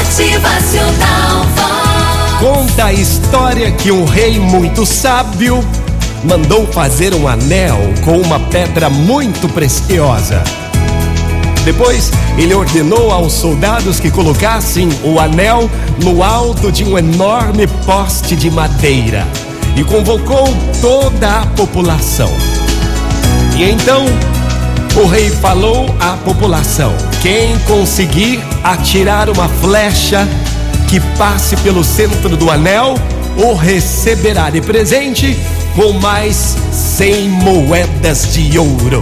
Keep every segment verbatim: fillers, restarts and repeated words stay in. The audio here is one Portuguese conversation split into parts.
Motivacional Vox. Conta a história que um rei muito sábio mandou fazer um anel com uma pedra muito preciosa. Depois, ele ordenou aos soldados que colocassem o anel no alto de um enorme poste de madeira e convocou toda a população. E então, o rei falou à população: quem conseguir atirar uma flecha que passe pelo centro do anel, o receberá de presente com mais cem moedas de ouro.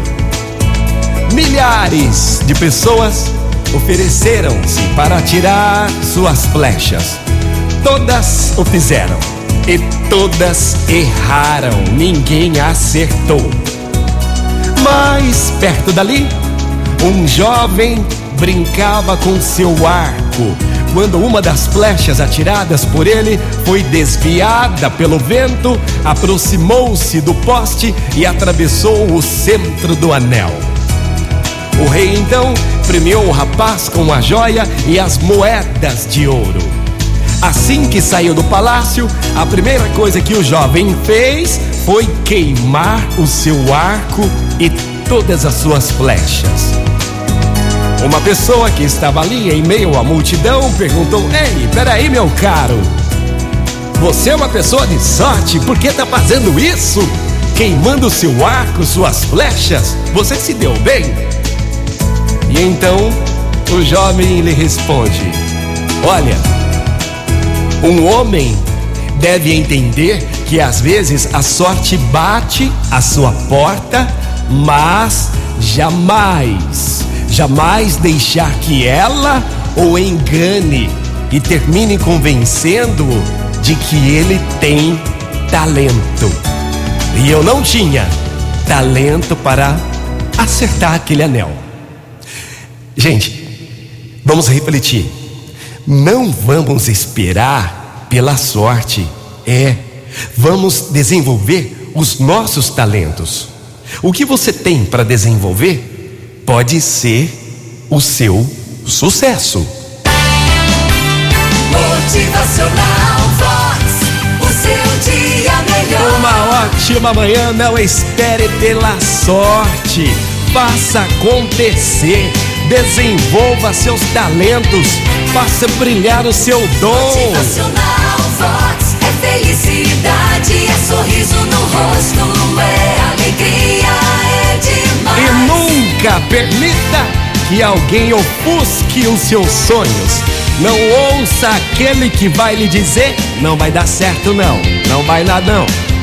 Milhares de pessoas ofereceram-se para atirar suas flechas. Todas o fizeram e todas erraram, ninguém acertou. Mais perto dali, um jovem brincava com seu arco quando uma das flechas atiradas por ele foi desviada pelo vento, aproximou-se do poste e atravessou o centro do anel. O rei então premiou o rapaz com a joia e as moedas de ouro. Assim que saiu do palácio, a primeira coisa que o jovem fez foi queimar o seu arco e todas as suas flechas. Uma pessoa que estava ali em meio à multidão perguntou: ei, peraí, meu caro, você é uma pessoa de sorte, por que está fazendo isso? Queimando seu arco, suas flechas? Você se deu bem? E então o jovem lhe responde: olha, um homem deve entender que às vezes a sorte bate à sua porta, mas jamais, jamais deixar que ela o engane e termine convencendo-o de que ele tem talento. E eu não tinha talento para acertar aquele anel. Gente, vamos refletir. Não vamos esperar pela sorte. É, vamos desenvolver os nossos talentos. O que você tem para desenvolver pode ser o seu sucesso. Motivacional Vox, o seu dia melhor. Uma ótima manhã, não espere pela sorte. Faça acontecer. Desenvolva seus talentos, faça brilhar o seu dom. Motivacional Vox é felicidade, é sorriso no rosto, é alegria, é demais. E nunca permita que alguém ofusque os seus sonhos. Não ouça aquele que vai lhe dizer: não vai dar certo não, não vai lá não.